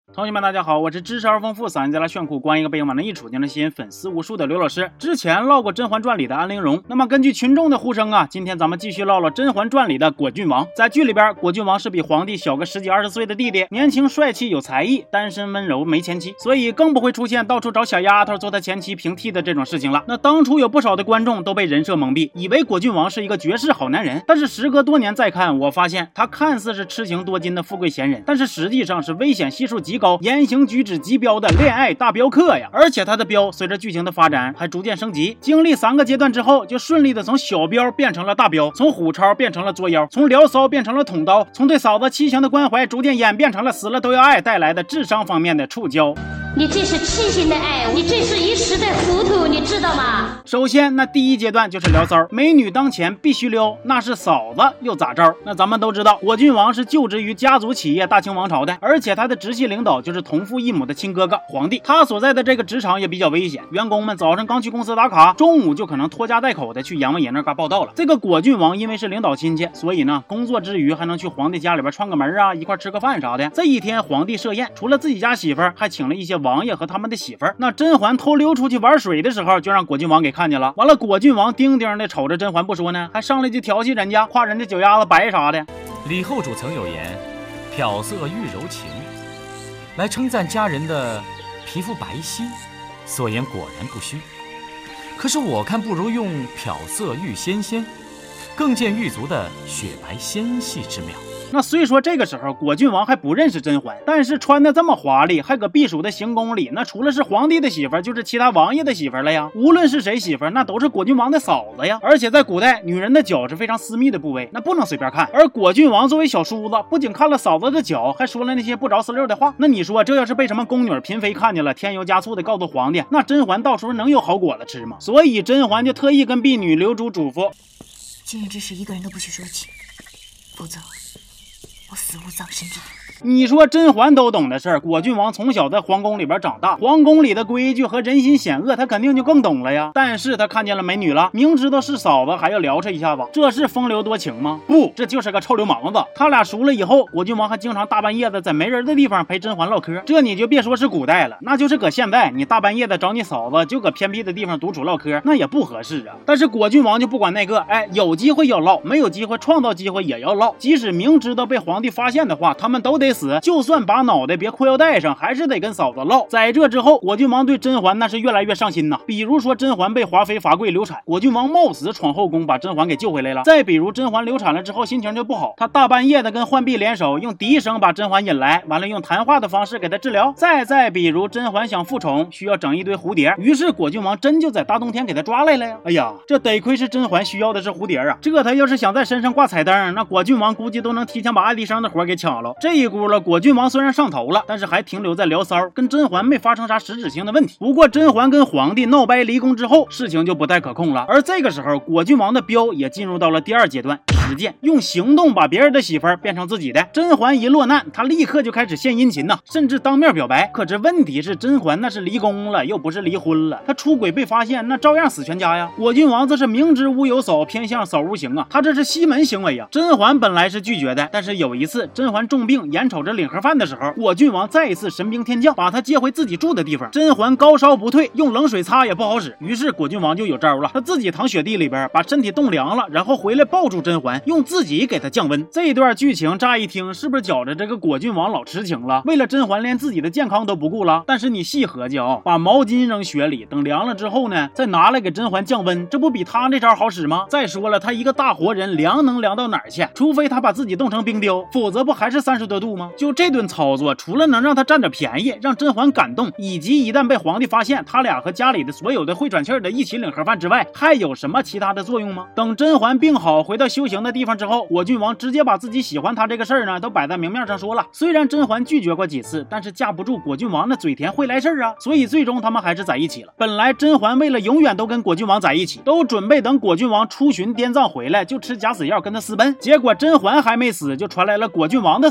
同学们大家好，我是知识而丰富、嗓音再来炫酷、光一个背影往那一杵就能吸引粉丝无数的刘老师。之前唠过《甄嬛传》里的安陵容，那么根据群众的呼声啊，今天咱们继续唠唠《甄嬛传》里的果郡王。在剧里边，果郡王是比皇帝小个10几20岁的弟弟，年轻帅气有才艺，单身温柔没前妻，所以更不会出现到处找小丫头做他前妻平替的这种事情了。那当初有不少的观众都被人设蒙蔽，以为果郡王是一个绝世好男人，但是时隔多年再看，我发现他看似是痴情多金的富贵闲人，但是实际上是危险系数极高、言行举止极标的恋爱大镖客呀！而且他的镖随着剧情的发展还逐渐升级，经历3个阶段之后，就顺利的从小镖变成了大镖，从虎超变成了作妖，从聊骚变成了捅刀，从对嫂子七情的关怀逐渐演变成了死了都要爱带来的智商方面的触礁。 你这是痴心的爱，你这是一时的糊涂，你知道吗？ 首先，那第一阶段就是聊骚，美女当前必须撩，那是嫂子又咋着？那咱们都知道，果郡王是就职于家族企业大清王朝的，而且他的直系领导就是同父异母的亲哥哥皇帝。他所在的这个职场也比较危险，员工们早上刚去公司打卡，中午就可能拖家带口的去阎王爷那嘎报道了。这个果郡王因为是领导亲戚，所以呢，工作之余还能去皇帝家里边串个门啊，一块吃个饭啥的。这一天皇帝设宴，除了自己家媳妇儿，还请了一些王爷和他们的媳妇儿。那甄嬛偷溜出去玩水的时候，就让果郡王给看见了。完了，果郡王盯盯的瞅着甄嬛不说呢，还上来就调戏人家，夸人家脚丫子白啥的。 李后主曾有言，漂色欲柔情，来称赞佳人的皮肤白皙，所言果然不虚。可是我看不如用漂色欲纤纤，更见玉足的雪白纤细之妙。 那虽说这个时候果郡王还不认识甄嬛，但是穿的这么华丽，还搁避暑的行宫里，那除了是皇帝的媳妇儿，就是其他王爷的媳妇儿了呀。无论是谁媳妇儿，那都是果郡王的嫂子呀。而且在古代，女人的脚是非常私密的部位，那不能随便看。而果郡王作为小叔子，不仅看了嫂子的脚，还说了那些不着四六的话。那你说这要是被什么宫女嫔妃看见了，添油加醋的告诉皇帝，那甄嬛到时候能有好果子吃吗？所以甄嬛就特意跟婢女刘珠嘱咐， 今日之事一个人都不许说起，否则我死无葬身之地。 你说甄嬛都懂的事儿，果郡王从小在皇宫里边长大，皇宫里的规矩和人心险恶他肯定就更懂了呀。但是他看见了美女了，明知道是嫂子还要撩她一下子，这是风流多情吗？不，这就是个臭流氓子。他俩熟了以后，果郡王还经常大半夜的在没人的地方陪甄嬛唠嗑。这你就别说是古代了，那就是搁现在，你大半夜的找你嫂子就搁偏僻的地方独处唠嗑，那也不合适啊。但是果郡王就不管那个，有机会要唠，没有机会创造机会也要唠。即使明知道被皇帝发现的话，他们都得死，就算把脑袋别裤腰带上，还是得跟嫂子唠。在这之后，果郡王对甄嬛那是越来越上心呐。比如说甄嬛被华妃罚跪流产，果郡王冒死闯后宫把甄嬛给救回来了。再比如甄嬛流产了之后心情就不好，他大半夜的跟浣碧联手，用笛声把甄嬛引来，完了用谈话的方式给她治疗。再比如甄嬛想复宠，需要整一堆蝴蝶，于是果郡王真就在大冬天给她抓来了呀。哎呀，这得亏是甄嬛需要的是蝴蝶啊，这他要是想在身上挂彩灯，那果郡王估计都能提前把爱迪生的活给抢了。这一轱辘果郡王虽然上头了，但是还停留在聊骚，跟甄嬛没发生啥实质性的问题。不过甄嬛跟皇帝闹掰离宫之后，事情就不太可控了。而这个时候果郡王的镖也进入到了第2阶段，实践，用行动把别人的媳妇儿变成自己的。甄嬛一落难，他立刻就开始献殷勤呐，甚至当面表白。可是问题是甄嬛那是离宫了，又不是离婚了，他出轨被发现，那照样死全家呀。果郡王这是明知屋有叟，偏向叟无形啊，他这是西门行为呀。甄嬛本来是拒绝的，但是有一次甄嬛重病，眼瞅着领盒饭的时候，果郡王再一次神兵天降，把她接回自己住的地方。甄嬛高烧不退，用冷水擦也不好使，于是果郡王就有招了，他自己躺雪地里边，把身体冻凉了，然后回来抱住甄嬛，用自己给她降温。这一段剧情乍一听是不是觉着这个果郡王老痴情了，为了甄嬛连自己的健康都不顾了？但是你细合计啊，把毛巾扔雪里，等凉了之后呢，再拿来给甄嬛降温，这不比他那招好使吗？再说了，他一个大活人，凉能凉到哪儿去？除非他把自己冻成冰雕，否则不还是30多度吗？就这顿操作，除了能让他占点便宜，让甄嬛感动，以及一旦被皇帝发现他俩和家里的所有的会喘气的一起领盒饭之外，还有什么其他的作用吗？等甄嬛病好回到修行的地方之后，果郡王直接把自己喜欢他这个事儿呢都摆在明面上说了。虽然甄嬛拒绝过几次，但是架不住果郡王的嘴甜会来事儿啊，所以最终他们还是在一起了。本来甄嬛为了永远都跟果郡王在一起，都准备等果郡王出巡滇藏回来就吃假死药跟他私奔，结果甄嬛还没死，就传来了果郡王的死讯，说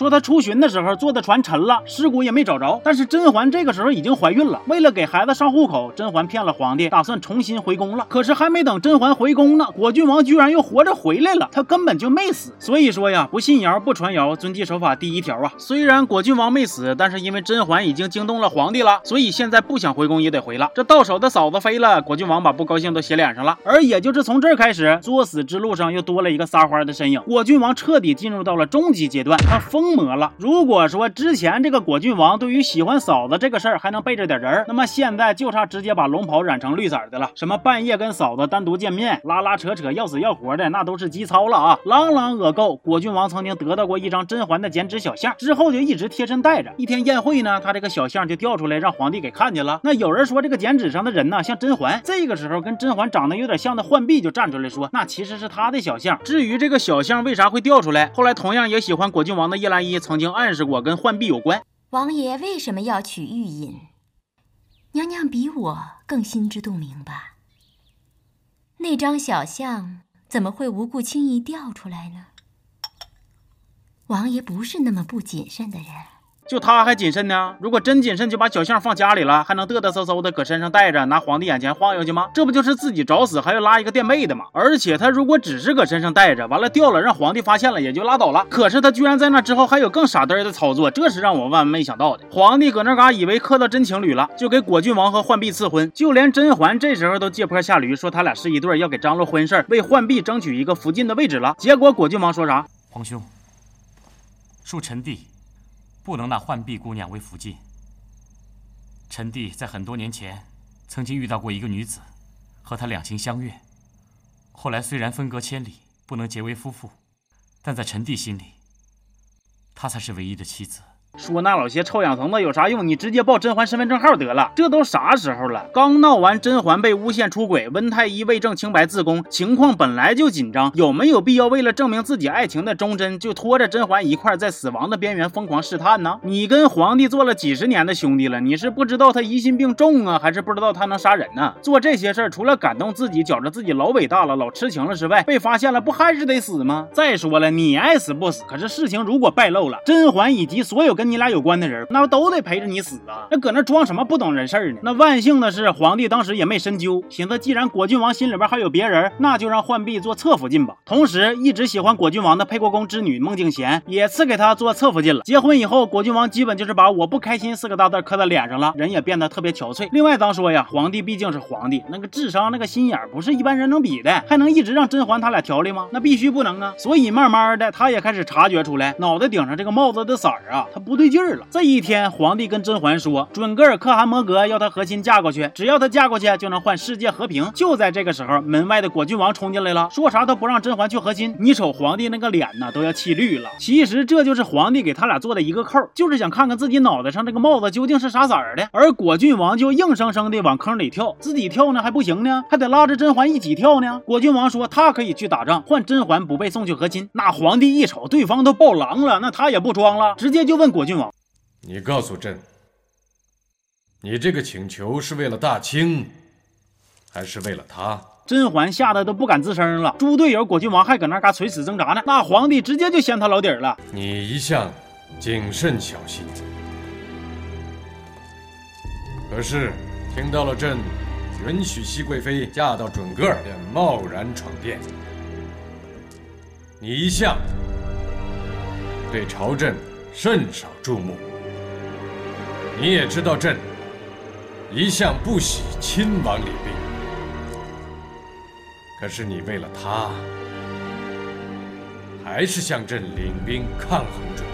说他出巡的时候坐的船沉了，尸骨也没找着。但是甄嬛这个时候已经怀孕了，为了给孩子上户口，甄嬛骗了皇帝，打算重新回宫了。可是还没等甄嬛回宫呢，果郡王居然又活着回来了，他根本就没死。所以说呀，不信谣不传谣，遵纪守法第一条啊。虽然果郡王没死，但是因为甄嬛已经惊动了皇帝了，所以现在不想回宫也得回了。这到手的嫂子飞了，果郡王把不高兴都写脸上了。而也就是从这儿开始，作死之路上又多了一个撒花的身影。果郡王彻底进入到了终极阶段，他疯魔了。如果说之前这个果郡王对于喜欢嫂子这个事儿还能背着点人，那么现在就差直接把龙袍染成绿色的了。什么半夜跟嫂子单独见面，拉拉扯扯要死要活的，那都是基操了啊！朗朗恶够。果郡王曾经得到过一张甄嬛的剪纸小像，之后就一直贴身带着。一天宴会呢，他这个小像就掉出来，让皇帝给看见了。那有人说这个剪纸上的人呢像甄嬛，这个时候跟甄嬛长得有点像的浣碧就站出来说，那其实是他的小像。至于这个小像为啥会掉出来，后来同样也喜欢果郡王的叶澜依曾经暗示过跟浣碧有关。 王爷为什么要取玉隐？娘娘比我更心知肚明吧？那张小像怎么会无故轻易掉出来呢？王爷不是那么不谨慎的人。 就他还谨慎呢？如果真谨慎，就把小象放家里了，还能嘚嘚嗖嗖的搁身上带着，拿皇帝眼前晃悠去吗？这不就是自己找死，还要拉一个垫背的吗？而且他如果只是搁身上带着，完了掉了，让皇帝发现了也就拉倒了。可是他居然在那之后还有更傻嘚的操作，这是让我万万没想到的。皇帝搁那嘎以为磕到真情侣了，就给果郡王和浣碧赐婚，就连甄嬛这时候都借坡下驴，说他俩是一对，要给张罗婚事，为浣碧争取一个福晋的位置了。结果果郡王说啥？ 皇兄，恕臣弟不能纳浣碧姑娘为福晋。臣弟在很多年前曾经遇到过一个女子，和她两情相悦，后来虽然分隔千里，不能结为夫妇，但在臣弟心里，她才是唯一的妻子。 说那老些臭氧层子有啥用？你直接报甄嬛身份证号得了。这都啥时候了？刚闹完甄嬛被诬陷出轨，温太医为证清白自宫，情况本来就紧张，有没有必要为了证明自己爱情的忠贞，就拖着甄嬛一块在死亡的边缘疯狂试探呢？你跟皇帝做了几十年的兄弟了，你是不知道他疑心病重啊，还是不知道他能杀人呢？做这些事儿除了感动自己，觉着自己老伟大了，老痴情了之外，被发现了不还是得死吗？再说了，你爱死不死，可是事情如果败露了，甄嬛以及所有跟你俩有关的人，那都得陪着你死啊！那搁那装什么不懂人事呢？那万幸的是，皇帝当时也没深究，寻思既然果郡王心里边还有别人，那就让浣碧做侧福晋吧。同时，一直喜欢果郡王的沛国公之女孟静娴也赐给他做侧福晋了。结婚以后，果郡王基本就是把我不开心4个大字刻在脸上了，人也变得特别憔悴。另外，咱说呀，皇帝毕竟是皇帝，那个智商、那个心眼不是一般人能比的，还能一直让甄嬛他俩调理吗？那必须不能啊！所以慢慢的，他也开始察觉出来，脑袋顶上这个帽子的色儿啊，他不对劲儿了。这一天，皇帝跟甄嬛说，准噶尔可汗摩格要他和亲嫁过去，只要他嫁过去，就能换世界和平。就在这个时候，门外的果郡王冲进来了，说啥都不让甄嬛去和亲。你瞅皇帝那个脸呢，都要气绿了。其实这就是皇帝给他俩做的一个扣，就是想看看自己脑袋上这个帽子究竟是啥色儿的。而果郡王就硬生生的往坑里跳，自己跳呢还不行呢，还得拉着甄嬛一起跳呢。果郡王说他可以去打仗，换甄嬛不被送去和亲。那皇帝一瞅对方都抱狼了，那他也不装了，直接就问果郡王， 你告诉朕，你这个请求是为了大清，还是为了他？ 甄嬛吓得都不敢吱声了，猪队友果郡王还搁那嘎垂死挣扎呢，那皇帝直接就掀他老底儿了。 你一向谨慎小心，可是听到了朕允许熹贵妃嫁到准噶尔，便贸然闯殿。你一向对朝政甚少注目，你也知道朕一向不喜亲王领兵，可是你为了他，还是向朕领兵抗衡准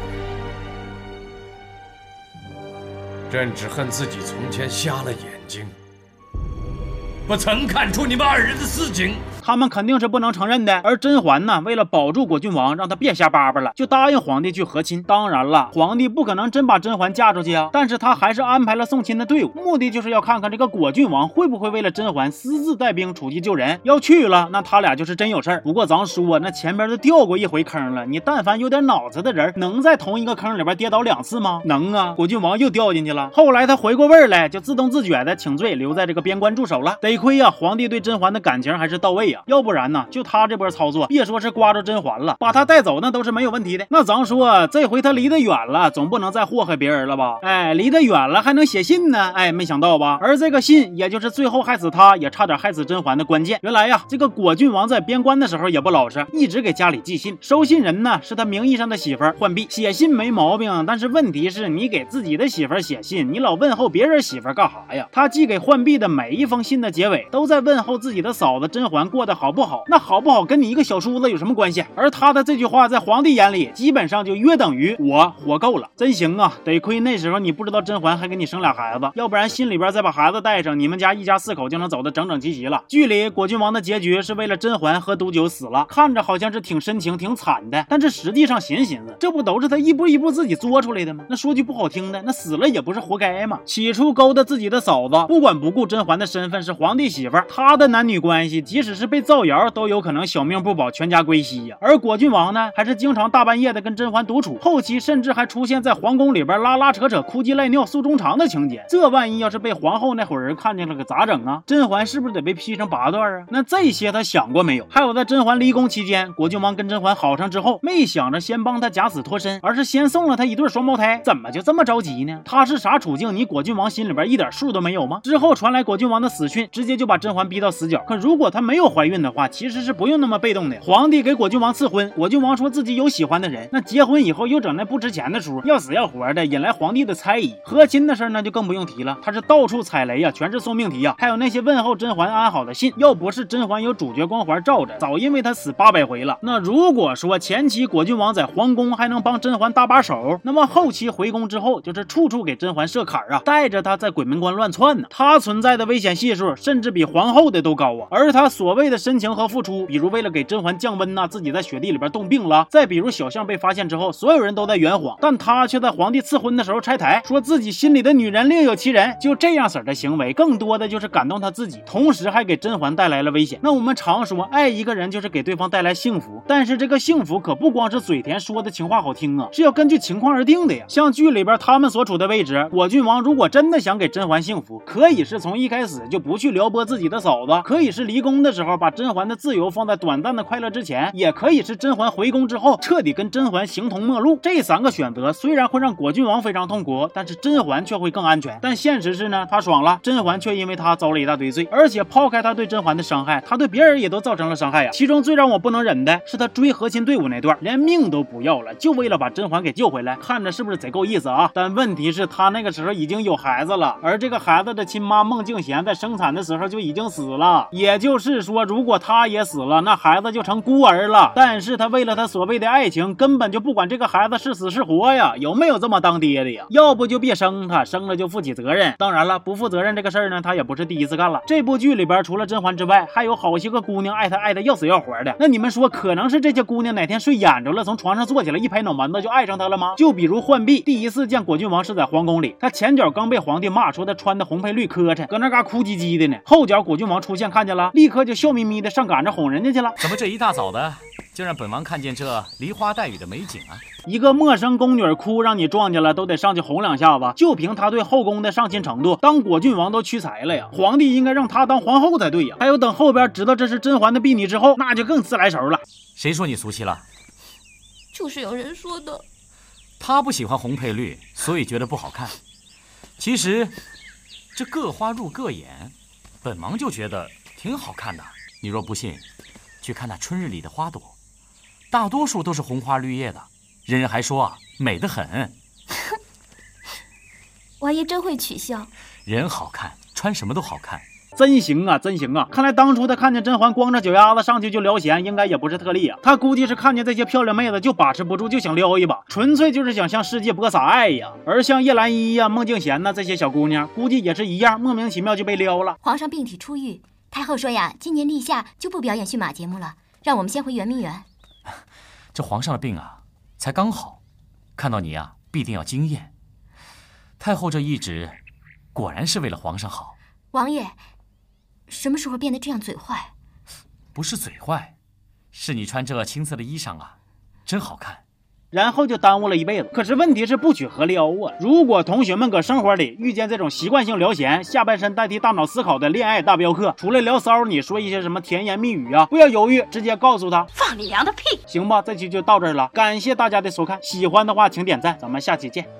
噶尔。朕只恨自己从前瞎了眼睛，不曾看出你们二人的私情。 他们肯定是不能承认的。而甄嬛呢，为了保住果郡王，让他别瞎巴巴了，就答应皇帝去和亲。当然了，皇帝不可能真把甄嬛嫁出去啊，但是他还是安排了送亲的队伍，目的就是要看看这个果郡王会不会为了甄嬛私自带兵出去救人。要去了，那他俩就是真有事儿。不过咱说，那前边都掉过一回坑了，你但凡有点脑子的人，能在同一个坑里边跌倒2次吗？能啊！果郡王又掉进去了。后来他回过味儿来，就自动自觉的请罪，留在这个边关驻守了。得亏呀，皇帝对甄嬛的感情还是到位呀，要不然呢，就他这波操作，别说是刮着甄嬛了，把他带走那都是没有问题的。那咱说这回他离得远了，总不能再祸害别人了吧？哎，离得远了还能写信呢？哎，没想到吧？而这个信，也就是最后害死他，也差点害死甄嬛的关键。原来呀，这个果郡王在边关的时候也不老实，一直给家里寄信，收信人呢是他名义上的媳妇儿浣碧。写信没毛病，但是问题是你给自己的媳妇儿写信，你老问候别人媳妇儿干啥呀？他寄给浣碧的每一封信的结尾都在问候自己的嫂子甄嬛过得好不好，那好不好跟你一个小叔子有什么关系？而他的这句话在皇帝眼里基本上就约等于我活够了。真行啊，得亏那时候你不知道甄嬛还给你生俩孩子，要不然心里边再把孩子带上，你们家一家4口就能走得整整齐齐了。剧里果郡王的结局是为了甄嬛喝毒酒死了，看着好像是挺深情挺惨的，但是实际上寻思这不都是他一步一步自己作出来的吗？那说句不好听的，那死了也不是活该嘛。起初勾搭自己的嫂子，不管不顾甄嬛的身份是皇帝媳妇儿，他的男女关系即使是被造谣都有可能小命不保，全家归西呀。而果郡王呢，还是经常大半夜的跟甄嬛独处，后期甚至还出现在皇宫里边拉扯哭鸡赖尿诉衷肠的情节。这万一要是被皇后那伙人看见了，可咋整啊？甄嬛是不是得被劈成8段啊？那这些他想过没有？还有在甄嬛离宫期间，果郡王跟甄嬛好上之后，没想着先帮他假死脱身，而是先送了他一对双胞胎，怎么就这么着急呢？他是啥处境，你果郡王心里边一点数都没有吗？之后传来果郡王的死讯，直接就把甄嬛逼到死角。可如果她没有怀孕的话，其实是不用那么被动的。皇帝给果郡王赐婚，果郡王说自己有喜欢的人，那结婚以后又整那不值钱的书，要死要活的，引来皇帝的猜疑。和亲的事呢就更不用提了，他是到处踩雷呀，全是送命题呀。还有那些问候甄嬛安好的信，要不是甄嬛有主角光环罩着，早因为他死800回了。那如果说前期果郡王在皇宫还能帮甄嬛搭把手，那么后期回宫之后就是处处给甄嬛设坎啊，带着他在鬼门关乱窜呢。他存在的危险系数甚至比皇后的都高啊。而他所谓的深情和付出，比如为了给甄嬛降温呐，自己在雪地里边冻病了，再比如小象被发现之后，所有人都在圆谎，但他却在皇帝赐婚的时候拆台，说自己心里的女人另有其人。就这样式的行为，更多的就是感动他自己，同时还给甄嬛带来了危险。那我们常说爱一个人就是给对方带来幸福，但是这个幸福可不光是嘴甜说的情话好听啊，是要根据情况而定的呀。像剧里边他们所处的位置，果郡王如果真的想给甄嬛幸福，可以是从一开始就不去撩拨自己的嫂子，可以是离宫的时候把甄嬛的自由放在短暂的快乐之前，也可以是甄嬛回宫之后彻底跟甄嬛形同陌路。这3个选择虽然会让果郡王非常痛苦，但是甄嬛却会更安全。但现实是呢，他爽了，甄嬛却因为他遭了一大堆罪，而且抛开他对甄嬛的伤害，他对别人也都造成了伤害呀。其中最让我不能忍的是他追和亲队伍那段，连命都不要了，就为了把甄嬛给救回来，看着是不是贼够意思啊？但问题是，他那个时候已经有孩子了，而这个孩子的亲妈孟静娴在生产的时候就已经死了。也就是说，如果他也死了，那孩子就成孤儿了。但是他为了他所谓的爱情，根本就不管这个孩子是死是活呀，有没有这么当爹的呀？要不就别生他，生了就负起责任。当然了，不负责任这个事儿呢，他也不是第一次干了。这部剧里边除了甄嬛之外，还有好些个姑娘爱他爱的要死要活的。那你们说，可能是这些姑娘哪天睡眼着了，从床上坐起来，一拍脑门子就爱上他了吗？就比如浣碧，第一次见果郡王是在皇宫里，他前脚刚被皇帝骂说他穿的红配绿磕碜，搁那嘎哭唧唧的呢。后脚果郡王出现看见了，立刻就笑眯眯的上赶着哄人家去了。 怎么这一大早的就让本王看见这梨花带雨的美景啊？ 一个陌生宫女哭让你撞见了，都得上去哄2下子。就凭他对后宫的上心程度，当果郡王都屈才了呀。皇帝应该让他当皇后才对呀。还有等后边知道这是甄嬛的婢女之后，那就更自来熟了。 谁说你俗气了？ 就是有人说的。 他不喜欢红配绿，所以觉得不好看。其实这各花入各眼，本王就觉得挺好看的。你若不信，去看那春日里的花朵，大多数都是红花绿叶的，人人还说啊，美得很。 王爷真会取笑。 人好看，穿什么都好看。 真行啊，真行啊！看来当初他看见甄嬛光着脚丫子上去就撩闲，应该也不是特例啊。他估计是看见这些漂亮妹子就把持不住，就想撩一把，纯粹就是想向世界播撒爱呀。而像叶澜依呀、孟静娴呐这些小姑娘，估计也是一样，莫名其妙就被撩了。 皇上病体初愈，太后说呀，今年立夏就不表演驯马节目了，让我们先回圆明园。 这皇上的病啊，才刚好，看到你啊，必定要惊艳。太后这懿旨，果然是为了皇上好。 王爷。什么时候变得这样嘴坏？ 不是嘴坏，是你穿这青色的衣裳啊，真好看。 然后就耽误了一辈子。可是问题是不娶何撩啊！如果同学们搁生活里遇见这种习惯性聊闲、下半身代替大脑思考的恋爱大镖客，除了聊骚你说一些什么甜言蜜语啊，不要犹豫，直接告诉他放你娘的屁！ 行吧，这期就到这儿了，感谢大家的收看，喜欢的话请点赞，咱们下期见。